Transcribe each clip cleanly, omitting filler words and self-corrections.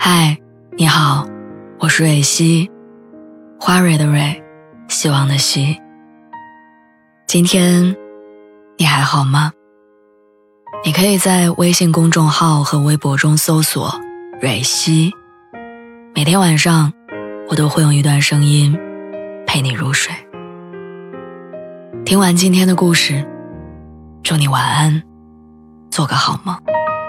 嗨，你好，我是蕊希，花蕊的蕊，希望的希。今天你还好吗？你可以在微信公众号和微博中搜索蕊希，每天晚上我都会用一段声音陪你入睡。听完今天的故事，祝你晚安，做个好梦。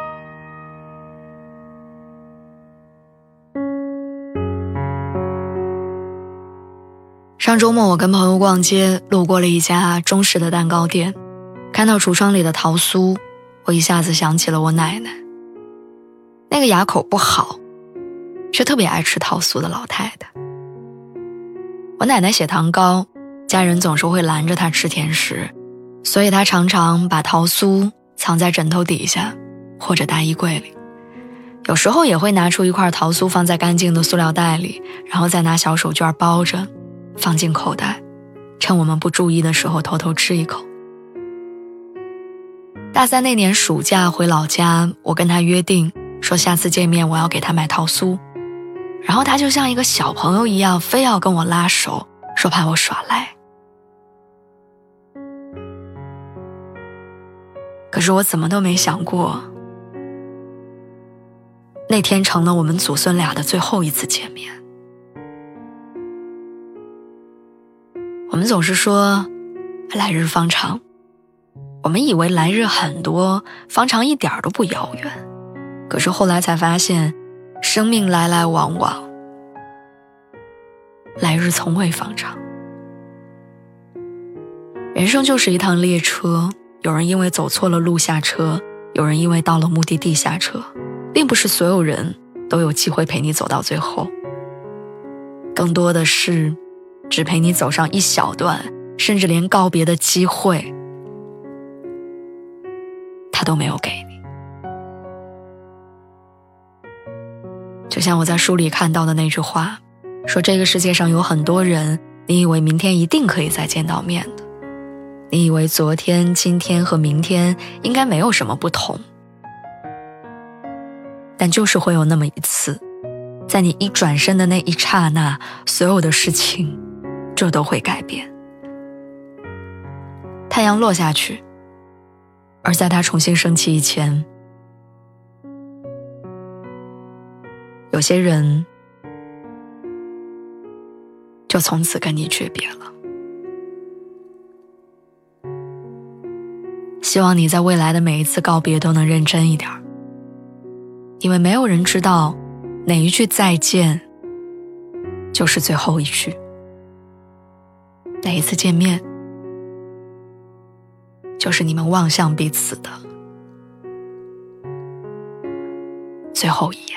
上周末我跟朋友逛街，路过了一家中式的蛋糕店，看到橱窗里的桃酥，我一下子想起了我奶奶。那个牙口不好，却特别爱吃桃酥的老太太。我奶奶血糖高，家人总是会拦着她吃甜食，所以她常常把桃酥藏在枕头底下或者大衣柜里，有时候也会拿出一块桃酥放在干净的塑料袋里，然后再拿小手绢包着放进口袋，趁我们不注意的时候偷偷吃一口。大三那年暑假回老家，我跟他约定说下次见面我要给他买桃酥，然后他就像一个小朋友一样非要跟我拉手，说怕我耍赖。可是我怎么都没想过，那天成了我们祖孙俩的最后一次见面。我们总是说来日方长，我们以为来日很多，方长一点都不遥远。可是后来才发现，生命来来往往，来日从未方长。人生就是一趟列车，有人因为走错了路下车，有人因为到了目的地下车，并不是所有人都有机会陪你走到最后，更多的是只陪你走上一小段，甚至连告别的机会他都没有给你。就像我在书里看到的那句话，说这个世界上有很多人，你以为明天一定可以再见到面的，你以为昨天、今天和明天应该没有什么不同，但就是会有那么一次，在你一转身的那一刹那，所有的事情就都会改变。太阳落下去，而在它重新升起以前，有些人就从此跟你诀别了。希望你在未来的每一次告别都能认真一点，因为没有人知道哪一句再见就是最后一句，哪一次见面就是你们望向彼此的最后一眼。